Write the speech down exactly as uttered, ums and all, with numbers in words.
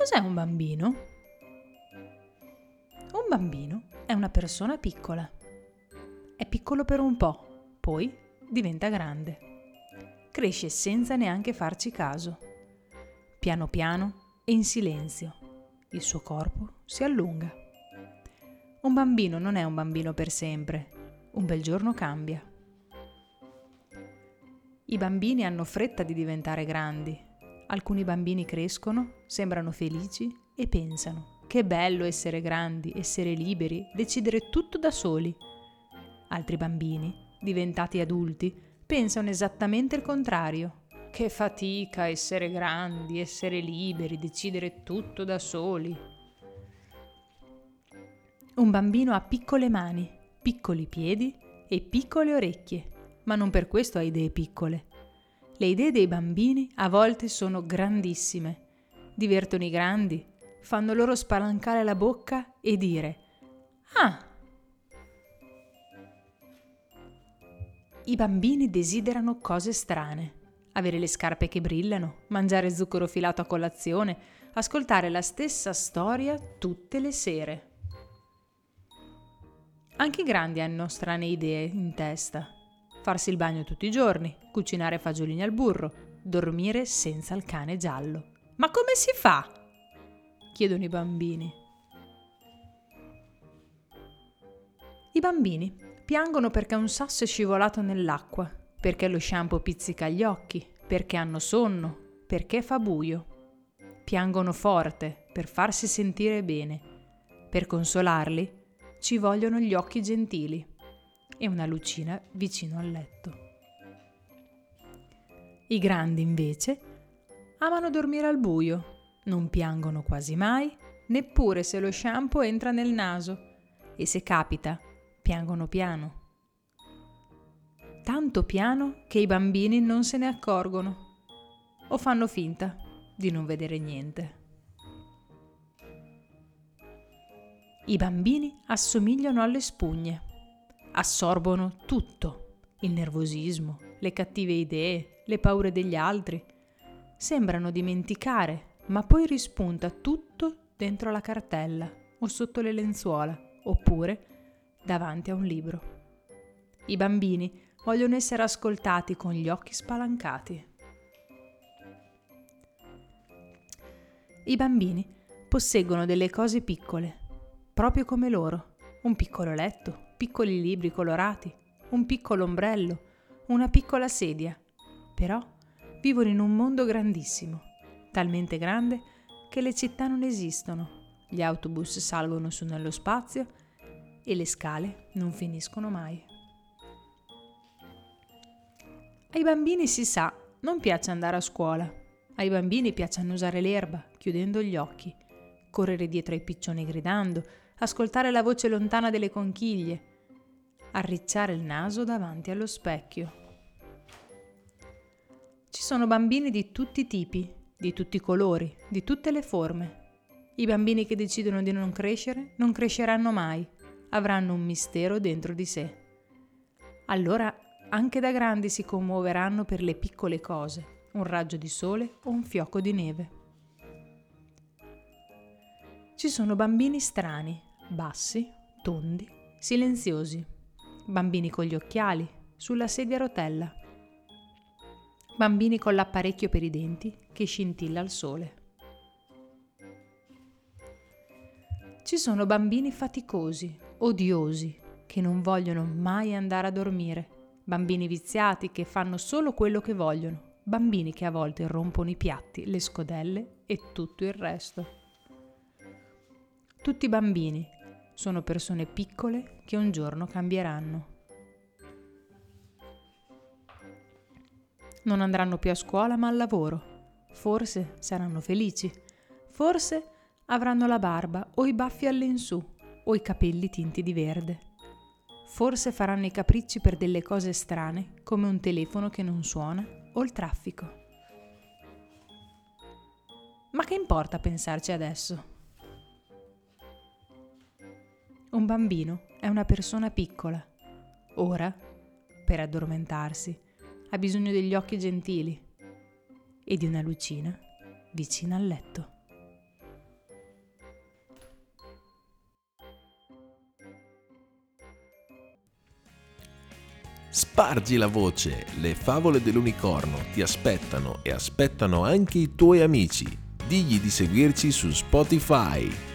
Cos'è un bambino? Un bambino è una persona piccola. È piccolo per un po', poi diventa grande. Cresce senza neanche farci caso. Piano piano e in silenzio. Il suo corpo si allunga. Un bambino non è un bambino per sempre. Un bel giorno cambia. I bambini hanno fretta di diventare grandi. Alcuni bambini crescono, sembrano felici e pensano: che bello essere grandi, essere liberi, decidere tutto da soli. Altri bambini, diventati adulti, pensano esattamente il contrario. Che fatica essere grandi, essere liberi, decidere tutto da soli. Un bambino ha piccole mani, piccoli piedi e piccole orecchie, ma non per questo ha idee piccole. Le idee dei bambini a volte sono grandissime. Divertono i grandi, fanno loro spalancare la bocca e dire: ah! I bambini desiderano cose strane. Avere le scarpe che brillano, mangiare zucchero filato a colazione, ascoltare la stessa storia tutte le sere. Anche i grandi hanno strane idee in testa. Farsi il bagno tutti i giorni, cucinare fagiolini al burro, dormire senza il cane giallo. Ma come si fa? Chiedono i bambini. I bambini piangono perché un sasso è scivolato nell'acqua, perché lo shampoo pizzica gli occhi, perché hanno sonno, perché fa buio. Piangono forte per farsi sentire bene. Per consolarli ci vogliono gli occhi gentili e una lucina vicino al letto. I grandi, invece, amano dormire al buio, non piangono quasi mai, neppure se lo shampoo entra nel naso, e se capita, piangono piano. Tanto piano che i bambini non se ne accorgono o fanno finta di non vedere niente. I bambini assomigliano alle spugne. Assorbono tutto, il nervosismo, le cattive idee, le paure degli altri. Sembrano dimenticare, ma poi rispunta tutto dentro la cartella o sotto le lenzuola, oppure davanti a un libro. I bambini vogliono essere ascoltati con gli occhi spalancati. I bambini posseggono delle cose piccole, proprio come loro. Un piccolo letto, piccoli libri colorati, un piccolo ombrello, una piccola sedia. Però vivono in un mondo grandissimo, talmente grande che le città non esistono, gli autobus salgono su nello spazio e le scale non finiscono mai. Ai bambini, si sa, non piace andare a scuola. Ai bambini piace annusare l'erba, chiudendo gli occhi, correre dietro ai piccioni gridando, ascoltare la voce lontana delle conchiglie, arricciare il naso davanti allo specchio. Ci sono bambini di tutti i tipi, di tutti i colori, di tutte le forme. I bambini che decidono di non crescere non cresceranno mai, avranno un mistero dentro di sé. Allora anche da grandi si commuoveranno per le piccole cose, un raggio di sole o un fiocco di neve. Ci sono bambini strani, bassi, tondi, silenziosi, bambini con gli occhiali, sulla sedia a rotella, bambini con l'apparecchio per i denti che scintilla al sole. Ci sono bambini faticosi, odiosi, che non vogliono mai andare a dormire, bambini viziati che fanno solo quello che vogliono, bambini che a volte rompono i piatti, le scodelle e tutto il resto. Tutti i bambini sono persone piccole che un giorno cambieranno. Non andranno più a scuola ma al lavoro. Forse saranno felici. Forse avranno la barba o i baffi all'insù o i capelli tinti di verde. Forse faranno i capricci per delle cose strane come un telefono che non suona o il traffico. Ma che importa pensarci adesso? Un bambino è una persona piccola. Ora, per addormentarsi, ha bisogno degli occhi gentili e di una lucina vicino al letto. Spargi la voce, le favole dell'unicorno ti aspettano e aspettano anche i tuoi amici. Digli di seguirci su Spotify.